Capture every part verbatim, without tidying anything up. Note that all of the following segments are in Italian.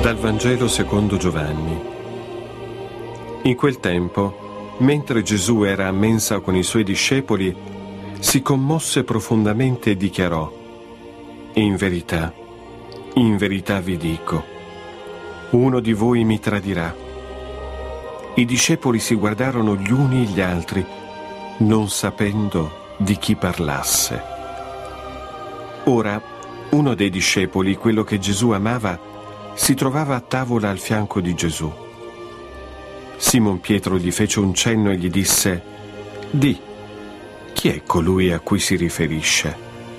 Dal Vangelo secondo Giovanni. In quel tempo, mentre Gesù era a mensa con i suoi discepoli, si commosse profondamente e dichiarò: In verità, in verità vi dico, uno di voi mi tradirà. I discepoli si guardarono gli uni gli altri, non sapendo di chi parlasse. Ora, uno dei discepoli, quello che Gesù amava, si trovava a tavola al fianco di Gesù. Simon Pietro gli fece un cenno e gli disse: Di, chi è colui a cui si riferisce?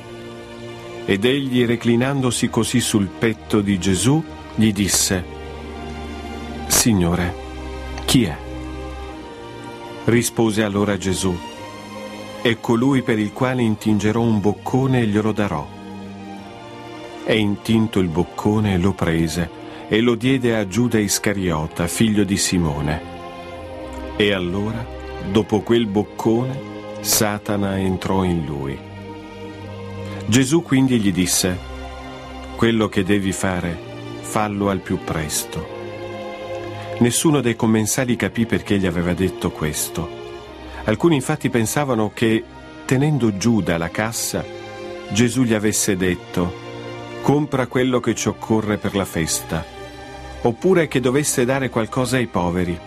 Ed egli, reclinandosi così sul petto di Gesù, gli disse: Signore, chi è? Rispose allora Gesù: È colui per il quale intingerò un boccone e glielo darò. E intinto il boccone lo prese e lo diede a Giuda Iscariota, figlio di Simone. E allora, dopo quel boccone, Satana entrò in lui. Gesù quindi gli disse: Quello che devi fare, fallo al più presto. Nessuno dei commensali capì perché gli aveva detto questo. Alcuni infatti pensavano che, tenendo Giuda alla cassa, Gesù gli avesse detto: compra quello che ci occorre per la festa, oppure che dovesse dare qualcosa ai poveri.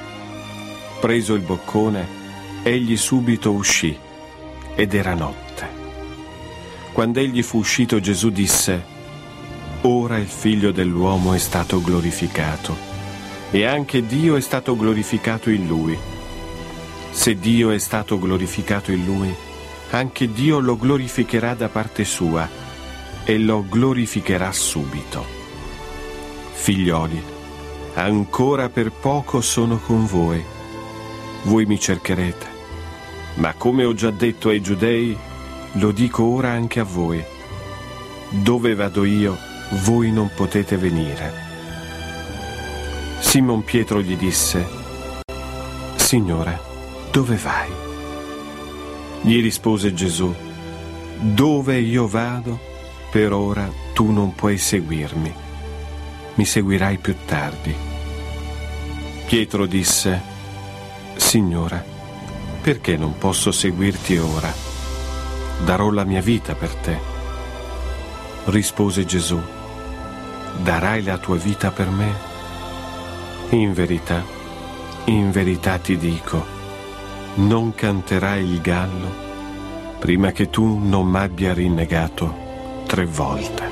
Preso il boccone, egli subito uscì, ed era notte. Quando egli fu uscito, Gesù disse: Ora il Figlio dell'uomo è stato glorificato, e anche Dio è stato glorificato in lui. Se Dio è stato glorificato in lui, anche Dio lo glorificherà da parte sua, e lo glorificherà subito. Figlioli, ancora per poco sono con voi. Voi mi cercherete, ma come ho già detto ai Giudei, lo dico ora anche a voi: dove vado io, voi non potete venire. Simon Pietro gli disse: Signore, dove vai? Gli rispose Gesù: Dove io vado, per ora tu non puoi seguirmi, mi seguirai più tardi. Pietro disse: Signore, perché non posso seguirti ora? Darò la mia vita per te. Rispose Gesù: Darai la tua vita per me? In verità, in verità ti dico, non canterai il gallo prima che tu non m'abbia rinnegato tre volte.